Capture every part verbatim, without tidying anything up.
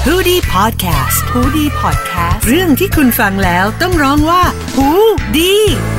ฮูดี้พอดแคสต์ฮูดี้พอดแคสต์เรื่องที่คุณฟังแล้วต้องร้องว่าฮูดี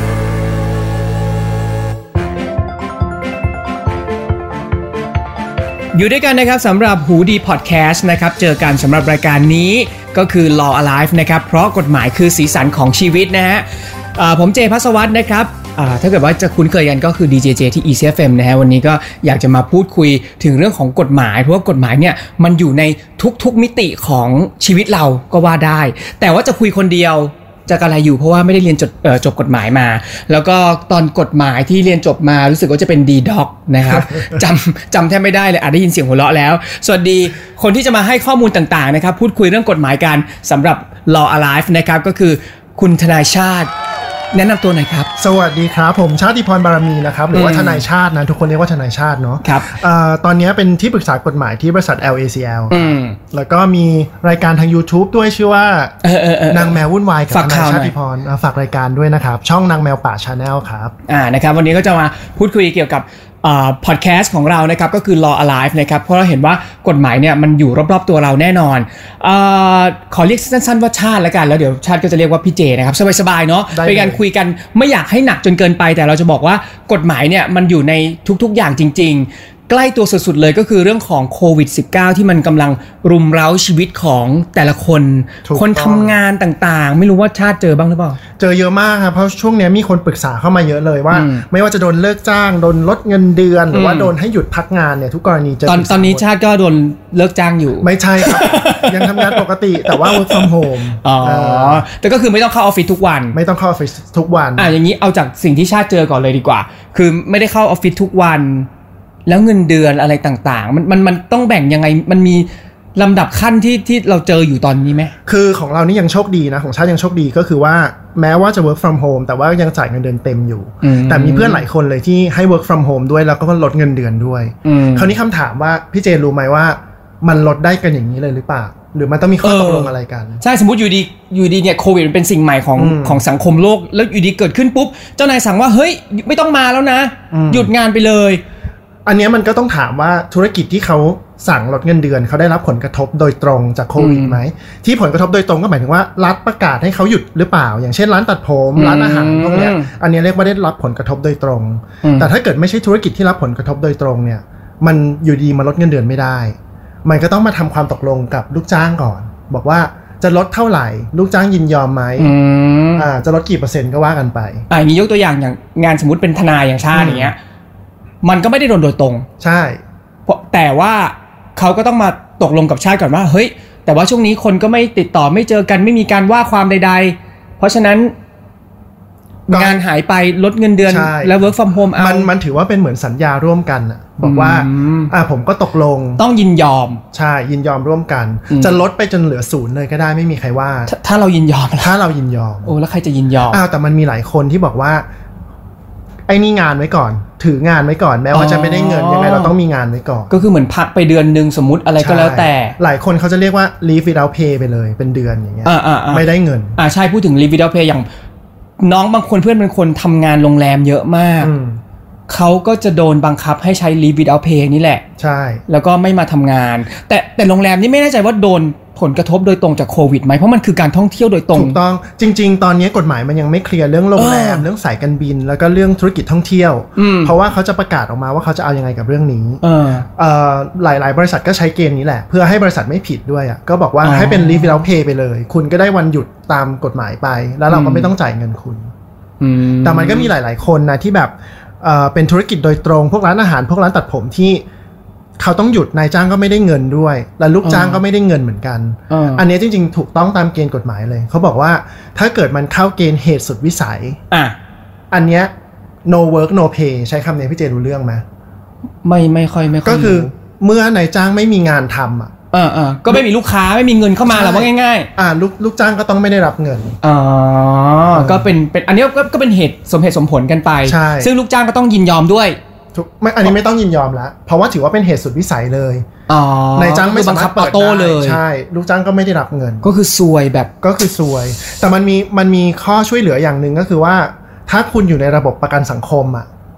อยู่ด้วยกันนะครับสำหรับหูดีพอดแคสต์นะครับเจอกันสำหรับรายการนี้ก็คือ Law Alive นะครับเพราะกฎหมายคือสีสันของชีวิตนะฮะผมเจภัสวัฒน์นะครับถ้าเกิดว่าจะคุ้นเคยกันก็คือ ดี เจ เจ ที่ อี ซี เอฟ เอ็ม นะฮะวันนี้ก็อยากจะมาพูดคุยถึงเรื่องของกฎหมายเพราะว่ากฎหมายเนี่ยมันอยู่ในทุกๆมิติของชีวิตเราก็ว่าได้แต่ว่าจะคุยคนเดียวจะกระไรอยู่เพราะว่าไม่ได้เรียนจบเอ่อจบกฎหมายมาแล้วก็ตอนกฎหมายที่เรียนจบมารู้สึกว่าจะเป็น ดี ด็อก นะครับ จำจำแทบไม่ได้เลยอาจได้ยินเสียงหัวเราะแล้วสวัสดีคนที่จะมาให้ข้อมูลต่างๆนะครับพูดคุยเรื่องกฎหมายกันสำหรับ Law Alive นะครับก็คือคุณทนายชาติแนะนำตัวหน่อยครับสวัสดีครับผมชาติพรบารมีนะครับหรือว่าทนายชาตินะทุกคนเรียกว่าทนายชาติเนาะครับตอนนี้เป็นที่ปรึกษากฎหมายที่บริษัท แอล เอ ซี แอล แล้วก็มีรายการทาง YouTube ด้วยชื่อว่านางแมววุ่นวายกับทนายชาติพรฝากรายการด้วยนะครับช่องนางแมวป่า Channel ครับอ่านะครับวันนี้ก็จะมาพูดคุยเกี่ยวกับพอดแคสต์ของเรานะครับก็คือ Law Alive นะครับเพราะเราเห็นว่ากฎหมายเนี่ยมันอยู่รอบๆตัวเราแน่นอนเอ่อขอเรียกสั้นๆว่าชาติแล้วกันแล้วเดี๋ยวชาติก็จะเรียกว่าพี่เจนะครับสบายๆเนาะเป็นการคุยกันไม่อยากให้หนักจนเกินไปแต่เราจะบอกว่ากฎหมายเนี่ยมันอยู่ในทุกๆอย่างจริงๆใกล้ตัวสุดๆเลยก็คือเรื่องของโควิด สิบเก้า ที่มันกำลังรุมเร้าชีวิตของแต่ละคนคนทำงานต่างๆไม่รู้ว่าชาติเจอบ้างหรือเปล่าเจอเยอะมากครับเพราะช่วงนี้มีคนปรึกษาเข้ามาเยอะเลยว่าไม่ว่าจะโดนเลิกจ้างโดนลดเงินเดือนหรือว่าโดนให้หยุดพักงานเนี่ยทุกกรณีเจอตอนตอนนี้ชาติก็โดนเลิกจ้างอยู่ไม่ใช่ครับ ยังทำงานปกติแต่ว่า work from home อ๋อแต่ก็คือไม่ต้องเข้าออฟฟิศทุกวันไม่ต้องเข้าออฟฟิศทุกวันอ่ะอย่างนี้เอาจากสิ่งที่ชาติเจอก่อนเลยดีกว่าคือไม่ได้เข้าออฟฟิศทุกวันแล้วเงินเดือนอะไรต่างๆมันมันมันต้องแบ่งยังไงมันมีลำดับขั้นที่ที่เราเจออยู่ตอนนี้ไหมคือของเรานี่ยังโชคดีนะของชาติยังโชคดีก็คือว่าแม้ว่าจะ work from home แต่ว่ายังจ่ายเงินเดือนเต็มอยู่แต่มีเพื่อนหลายคนเลยที่ให้ work from home ด้วยแล้วก็ลดเงินเดือนด้วยคราวนี้คำถามว่าพี่เจรู้ไหมว่ามันลดได้กันอย่างนี้เลยหรือเปล่าหรือมันต้องมีข้อตกลงอะไรกันใช่สมมติอยู่ดีอยู่ดีเนี่ยโควิดมันเป็นสิ่งใหม่ของของสังคมโลกแล้วอยู่ดีเกิดขึ้นปุ๊บเจ้านายสั่งว่าเฮ้ยไม่ต้องมาแล้วนะหยุดงานไปเลยอันนี้มันก็ต้องถามว่าธุรกิจที่เขาสั่งลดเงินเดือนเขาได้รับผลกระทบโดยตรงจากโควิดไหมที่ผลกระทบโดยตรงก็หมายถึงว่ารัฐประกาศให้เขาหยุดหรือเปล่าอย่างเช่นร้านตัดผมร้านอาหารพวกนี้อันนี้เรียกว่าได้รับผลกระทบโดยตรงแต่ถ้าเกิดไม่ใช่ธุรกิจที่รับผลกระทบโดยตรงเนี่ยมันอยู่ดีมาลดเงินเดือนไม่ได้มันก็ต้องมาทำความตกลงกับลูกจ้างก่อนบอกว่าจะลดเท่าไหร่ลูกจ้างยินยอมไหมอ่าจะลดกี่เปอร์เซ็นต์ก็ว่ากันไปอ่าอย่างนี้ยกตัวอย่างอย่างงานสมมุติเป็นทนายอย่างชาติอย่างเงี้ยมันก็ไม่ได้โดนโดยตรงใช่แต่ว่าเขาก็ต้องมาตกลงกับชาติก่อนว่าเฮ้ยแต่ว่าช่วงนี้คนก็ไม่ติดต่อไม่เจอกันไม่มีการว่าความใดๆเพราะฉะนั้นงานหายไปลดเงินเดือนแล้ว work from home เอามันมันถือว่าเป็นเหมือนสัญญาร่วมกันอะบอกว่าอ่าผมก็ตกลงต้องยินยอมใช่ยินยอมร่วมกันจะลดไปจนเหลือศูนย์เลยก็ได้ไม่มีใครว่าถ้าเรายินยอมถ้าเรายินยอมโอ้แล้วใครจะยินยอมอ้าวแต่มันมีหลายคนที่บอกว่าไอ้นี่งานไว้ก่อนถืองานไว้ก่อนแม้ว่าจะไม่ได้เงินยังไงเราต้องมีงานไว้ก่อนก็คือเหมือนพักไปเดือนนึงสมมุติอะไรก็แล้วแต่หลายคนเขาจะเรียกว่า leave without pay ไปเลยเป็นเดือนอย่างเงี้ยไม่ได้เงินอ่าใช่พูดถึง leave without pay อย่างน้องบางคนเพื่อนเป็นคนทำงานโรงแรมเยอะมากเขาก็จะโดนบังคับให้ใช้ leave without pay นี่แหละใช่แล้วก็ไม่มาทำงานแต่แต่โรงแรมนี่ไม่แน่ใจว่าโดนผลกระทบโดยตรงจากโควิดไหมเพราะมันคือการท่องเที่ยวโดยตรงถูกต้องจริงๆตอนนี้กฎหมายมันยังไม่เคลียร์เรื่องโรงแรม เ, เรื่องสายการบินแล้วก็เรื่องธุรกิจท่องเที่ยวเพราะว่าเขาจะประกาศออกมาว่าเขาจะเอายังไงกับเรื่องนี้หลายๆบริษัทก็ใช้เกณฑ์นี้แหละเพื่อให้บริษัทไม่ผิดด้วยอ่ะก็บอกว่าให้เป็น leave without pay ไปเลยคุณก็ได้วันหยุดตามกฎหมายไปแล้วเราก็ไม่ต้องจ่ายเงินคุณแต่มันก็มีหลายๆคนนะที่แบบเป็นธุรกิจโดยตรงพวกร้านอาหารพวกร้านตัดผมที่เขาต้องหยุดนายจ้างก็ไม่ได้เงินด้วยและลูกจ้างก็ไม่ได้เงินเหมือนกันอันนี้จริงๆถูกต้องตามเกณฑ์กฎหมายเลยเขาบอกว่าถ้าเกิดมันเข้าเกณฑ์เหตุสุดวิสัยอ่ะอันเนี้ย no work no pay ใช้คำนี้พี่เจรู้เรื่องไหมไม่ไม่ค่อยไม่ค่อยก็คือเมื่อนายจ้างไม่มีงานทำอ่ะเออเออก็ไม่มีลูกค้าไม่มีเงินเข้ามาหรอกว่าง่ายๆอ่าลูกลูกจ้างก็ต้องไม่ได้รับเงินอ๋อก็เป็นเป็นอันนี้ก็ก็เป็นเหตุสมเหตุสมผลกันไปซึ่งลูกจ้างก็ต้องยินยอมด้วยไม่อันนี้ไม่ต้องยินยอมแล้วเพราะว่าถือว่าเป็นเหตุสุดวิสัยเลย นายจ้างไม่สามารถเปิดได้ใช่ลูกจ้างก็ไม่ได้รับเงินก็คือซวยแบบก็คือซวยแต่มันมีมันมีข้อช่วยเหลืออย่างนึงก็คือว่าถ้าคุณอยู่ในระบบประกันสังคมอ่ะ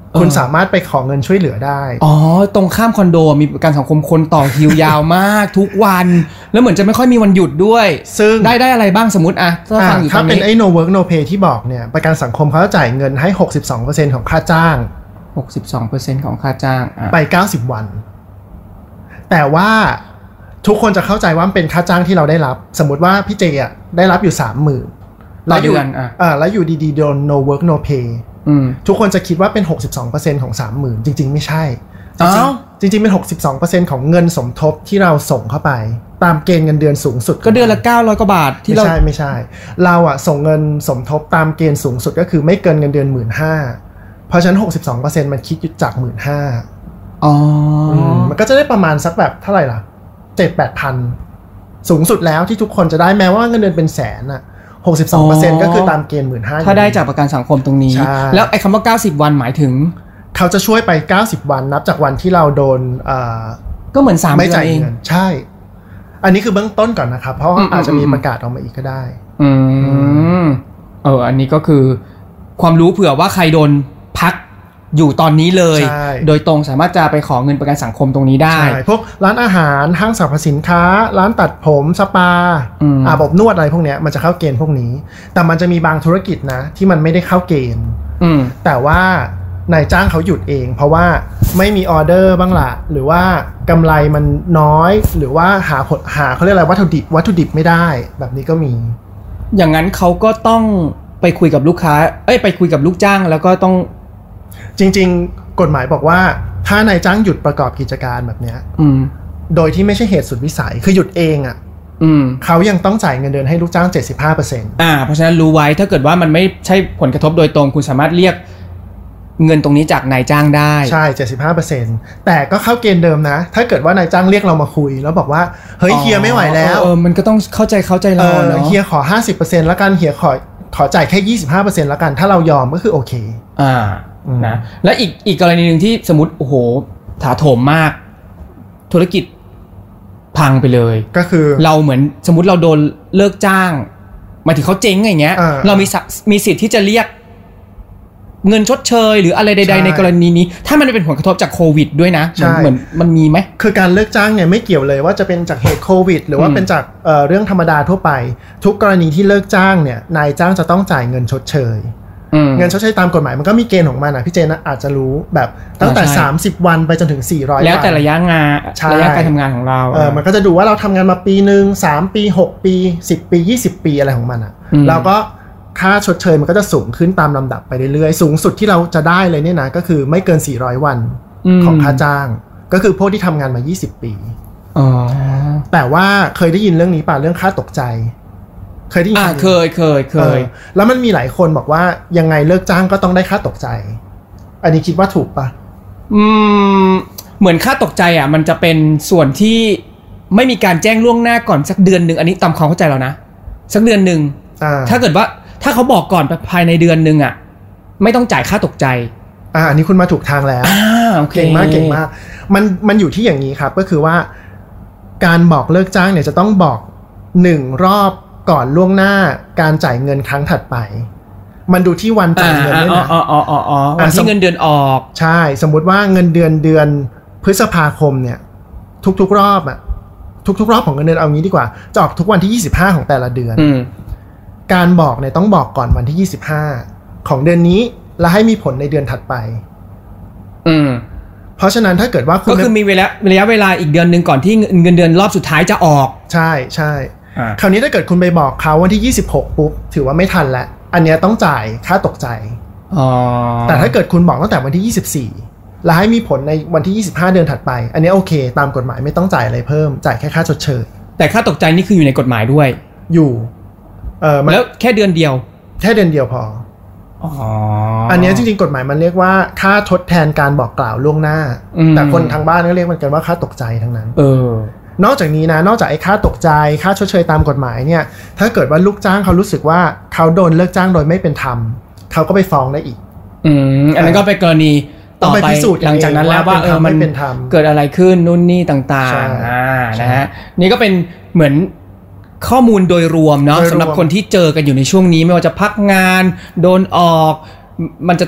คุณสามารถไปขอเงินช่วยเหลือได้อ๋อตรงข้ามคอนโดมีประกันสังคมคนต่อคิวยาวมากทุกวันแล้วเหมือนจะไม่ค่อยมีวันหยุดด้วยซึ่งได้ได้อะไรบ้างสมมุติอะถ้าฟังอยู่ตรงนี้ถ้าเป็นไอ้ no work no pay ที่บอกเนี่ยประกันสังคมเขาจะจ่ายเงินให้ หกสิบสองเปอร์เซ็นต์ ของค่าจ้างหกสิบสองเปอร์เซ็นต์ ของค่าจ้างไปเก้าสิบวันแต่ว่าทุกคนจะเข้าใจว่ามันเป็นค่าจ้างที่เราได้รับสมมุติว่าพี่เจอ่ะได้รับอยู่ สามหมื่นแล้วอยู่อ่าแล้วอยู่ดีๆโดน no work no payทุกคนจะคิดว่าเป็น หกสิบสองเปอร์เซ็นต์ ของ สามหมื่น จริงๆไม่ใช่จริงๆจริงๆเป็น หกสิบสองเปอร์เซ็นต์ ของเงินสมทบที่เราส่งเข้าไปตามเกณฑ์เงินเดือนสูงสุดก็เดือนละเก้าร้อยกว่าบาทที่เราไม่ใช่ไม่ใช่เราอ่ะส่งเงินสมทบตามเกณฑ์สูงสุดก็คือไม่เกินเงินเดือน หนึ่งหมื่นห้าพัน เพราะฉะนั้น หกสิบสองเปอร์เซ็นต์ มันคิดจาก หนึ่งหมื่นห้าพันอ๋อมันก็จะได้ประมาณสักแบบเท่าไหร่ล่ะ เจ็ดแปดพัน สูงสุดแล้วที่ทุกคนจะได้แม้ว่าเงินเดือนเป็นแสนอ่ะหกสิบสองเปอร์เซ็นต์ ก็คือตามเกณฑ์ หนึ่งหมื่นห้าพันถ้าได้จากประกันสังคมตรงนี้แล้วไอ้คำว่าเก้าสิบวันหมายถึงเขาจะช่วยไปเก้าสิบวันนับจากวันที่เราโดนอ่าก็เหมือนสามเดือนเองใช่อันนี้คือเบื้องต้นก่อนนะครับเพราะอาจจะมีประกาศออกมาอีกก็ได้อืมเอออันนี้ก็คือความรู้เผื่อว่าใครโดนพักอยู่ตอนนี้เลยโดยตรงสามารถจะไปขอเงินประกันสังคมตรงนี้ได้ใช่พวกร้านอาหารห้างสรรพสินค้าร้านตัดผมสปาอาบอบนวดอะไรพวกเนี้ยมันจะเข้าเกณฑ์พวกนี้แต่มันจะมีบางธุรกิจนะที่มันไม่ได้เข้าเกณฑ์แต่ว่านายจ้างเขาหยุดเองเพราะว่าไม่มีออเดอร์บ้างละหรือว่ากำไรมันน้อยหรือว่าหาหาเขาเรียกอะไรวัตถุดิบวัตถุดิบไม่ได้แบบนี้ก็มีอย่างนั้นเขาก็ต้องไปคุยกับลูกค้าเอ้ยไปคุยกับลูกจ้างแล้วก็ต้องจริงๆกฎหมายบอกว่าถ้านายจ้างหยุดประกอบกิจการแบบเนี้ยโดยที่ไม่ใช่เหตุสุดวิสัยคือหยุดเองอ่ะเขายังต้องจ่ายเงินเดือนให้ลูกจ้าง เจ็ดสิบห้าเปอร์เซ็นต์อ่าเพราะฉะนั้นรู้ไว้ถ้าเกิดว่ามันไม่ใช่ผลกระทบโดยตรงคุณสามารถเรียกเงินตรงนี้จากนายจ้างได้ใช่ เจ็ดสิบห้าเปอร์เซ็นต์ แต่ก็เข้าเกณฑ์เดิมนะถ้าเกิดว่านายจ้างเรียกเรามาคุยแล้วบอกว่าเฮ้ยเฮียไม่ไหวแล้วเออมันก็ต้องเข้าใจเข้าใจเราเนาะเฮียขอ ห้าสิบเปอร์เซ็นต์ แล้วกันเฮียขอขอจ่ายแค่ ยี่สิบห้าเปอร์เซ็นต์ แล้วกันถ้าเรายอมก็คือโอเคอ่านะและอีกอีกกรณีนึงที่สมมุติโอ้โหถาโถมมากธุรกิจพังไปเลยก็คือเราเหมือนสมมุติเราโดนเลิกจ้างหมายถึงเขาเจ๊งอย่างเงี้ยเรามีมีสิทธิ์ที่จะเรียกเงินชดเชยหรืออะไรใดๆในกรณีนี้ถ้ามันเป็นผลกระทบจากโควิดด้วยนะเหมือนมันมีไหมคือการเลิกจ้างเนี่ยไม่เกี่ยวเลยว่าจะเป็นจากเหตุโควิดหรือว่าเป็นจาก เอ่อ เรื่องธรรมดาทั่วไปทุกกรณีที่เลิกจ้างเนี่ยนายจ้างจะต้องจ่ายเงินชดเชยเงินชดเชยตามกฎหมายมันก็มีเกณฑ์ของมันนะพี่เจนอาจจะรู้แบบตั้งแต่สามสิบวันไปจนถึงสี่ร้อยวันแล้วแต่ระยะงานระยะการทำงานของเราเออมันก็จะดูว่าเราทำงานมาปีนึงสามปีหกปีสิบปียี่สิบปีอะไรของมันอ่ะเราก็ค่าชดเชยมันก็จะสูงขึ้นตามลำดับไปเรื่อยๆสูงสุดที่เราจะได้เลยเนี่ยนะก็คือไม่เกินสี่ร้อยวันของค่าจ้างก็คือพวกที่ทำงานมายี่สิบปีอ๋อแต่ว่าเคยได้ยินเรื่องนี้ป่ะเรื่องค่าตกใจเคยได้ยินอ่าเคยเคยเคยแล้วมันมีหลายคนบอกว่ายังไงเลิกจ้างก็ต้องได้ค่าตกใจอันนี้คิดว่าถูกป่ะอืมเหมือนค่าตกใจอ่ะมันจะเป็นส่วนที่ไม่มีการแจ้งล่วงหน้าก่อนสักเดือนนึงอันนี้ตามความเข้าใจเรานะสักเดือนนึงถ้าเกิดว่าถ้าเขาบอกก่อนภายในเดือนนึงอ่ะไม่ต้องจ่ายค่าตกใจอ่าอันนี้คุณมาถูกทางแล้วอ่าโอเคเก่งมากเก่งมากมันมันอยู่ที่อย่างนี้ครับก็คือว่าการบอกเลิกจ้างเนี่ยจะต้องบอกหนึ่งรอบก่อนล่วงหน้าการจ่ายเงินครั้งถัดไปมันดูที่วันจ่ายเงินด้วยนะอ๋ออ๋ออ๋ออ๋อวันที่เงินเดือนออกใช่สมมุติว่าเงินเดือนเดือนพฤษภาคมเนี่ยทุกๆรอบอ่ะทุกๆรอบของเงินเดือนเอางี้ดีกว่าจะออกทุกวันที่ยี่สิบห้าของแต่ละเดือนการบอกเนี่ยต้องบอกก่อนวันที่ยี่สิบห้าของเดือนนี้และให้มีผลในเดือนถัดไปอืมเพราะฉะนั้นถ้าเกิดว่าคุณก็คือมีเวลาระยะเวลาอีกเดือนนึงก่อนที่เงินเดือนรอบสุดท้ายจะออกใช่ใช่คราวนี้ถ้าเกิดคุณไปบอกเขาวันที่ยี่สิบหกปุ๊บถือว่าไม่ทันแล้วอันนี้ต้องจ่ายค่าตกใจอ๋อแต่ถ้าเกิดคุณบอกตั้งแต่วันที่ยี่สิบสี่และให้มีผลในวันที่ยี่สิบห้าเดือนถัดไปอันนี้โอเคตามกฎหมายไม่ต้องจ่ายอะไรเพิ่มจ่ายแค่ค่าชดเชยแต่ค่าตกใจนี่คืออยู่ในกฎหมายด้วยอยู่เออแล้วแค่เดือนเดียวแค่เดือนเดียวพออ๋ออันนี้จริงๆกฎหมายมันเรียกว่าค่าทดแทนการบอกกล่าวล่วงหน้าแต่คนทางบ้านก็เรียกมันกันว่าค่าตกใจทั้งนั้นเออนอกจากนี้นะนอกจากไอ้ค่าตกใจค่าชดเชยตามกฎหมายเนี่ยถ้าเกิดว่าลูกจ้างเขารู้สึกว่าเขาโดนเลิกจ้างโดยไม่เป็นธรรมเขาก็ไปฟ้องได้อีกอืมอันนั้นก็เป็นกรณีต่อไปหลังจากนั้นแล้วว่าเออมันเกิดอะไรขึ้นนู่นนี่ต่างๆอ่านะฮะนี่ก็เป็นเหมือนข้อมูลโดยรวมเนาะสำหรับคนที่เจอกันอยู่ในช่วงนี้ไม่ว่าจะพักงานโดนออกมันจะต้อง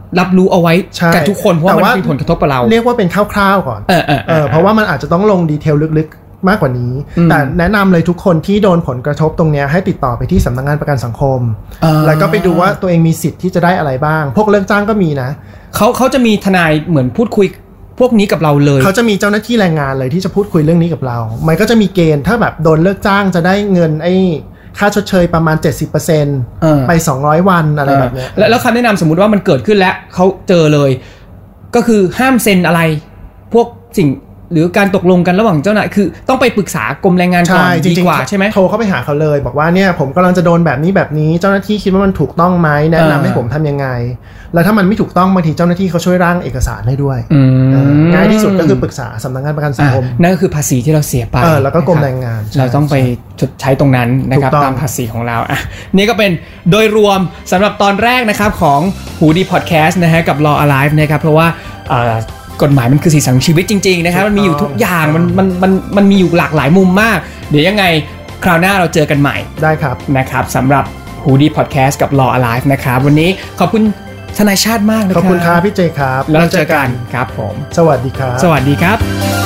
รับรู้เอาไว้กับทุกคนเพราะมันมีผลกระทบกับเราเรียกว่าเป็นคร่าวๆก่อนเออเออเออเพราะว่ามันอาจจะต้องลงดีเทลลึกๆมากกว่านี้แต่แนะนำเลยทุกคนที่โดนผลกระทบตรงนี้ให้ติดต่อไปที่สำนักงานประกันสังคมแล้วก็ไปดูว่าตัวเองมีสิทธิ์ที่จะได้อะไรบ้างพวกเลิกจ้างก็มีนะเขาเขาจะมีทนายเหมือนพูดคุยพวกนี้กับเราเลยเขาจะมีเจ้าหน้าที่แรงงานเลยที่จะพูดคุยเรื่องนี้กับเรามันก็จะมีเกณฑ์ถ้าแบบโดนเลิกจ้างจะได้เงินไอ้ค่าชดเชยประมาณ เจ็ดสิบเปอร์เซ็นต์เออไปสองร้อยวันอะไรแบบนี้แล้วคำแนะนำสมมุติว่ามันเกิดขึ้นแล้วเขาเจอเลยก็คือห้ามเซ็นอะไรพวกสิ่งหรือการตกลงกันระหว่างเจ้านายคือต้องไปปรึกษากรมแรงงานก่อนดีกว่าใช่ไหมโทรเข้าไปหาเขาเลยบอกว่าเนี่ยผมกำลังจะโดนแบบนี้แบบนี้เจ้าหน้าที่คิดว่ามันถูกต้องไหมแนะนำให้ผมทำยังไงแล้วถ้ามันไม่ถูกต้องบางทีเจ้าหน้าที่เขาช่วยร่างเอกสารให้ด้วยง่ายที่สุดก็คือปรึกษาสำนักงานประกันสังคมนั่นก็คือภาษีที่เราเสียไปแล้วก็กรมแรงงานเราต้องไปชดใช้ตรงนั้นนะครับตามภาษีของเราอ่ะนี่ก็เป็นโดยรวมสำหรับตอนแรกนะครับของหูดีพอดแคสต์นะฮะกับ Law Alive นะครับเพราะว่ากฎหมายมันคือสีสันของชีวิตจริงๆนะครับมันมีอยู่ทุกอย่างมันมันมันมันมีอยู่หลากหลายมุมมากเดี๋ยวยังไงคราวหน้าเราเจอกันใหม่ได้ครับนะครับสำหรับหูดีพอดแคสต์กับ Law Alive นะครับวันนี้ขอบคุณทนายชาติมากนะครับขอบคุณครับพี่เจครับแล้วเจอกันครับผมสวัสดีครับสวัสดีครับ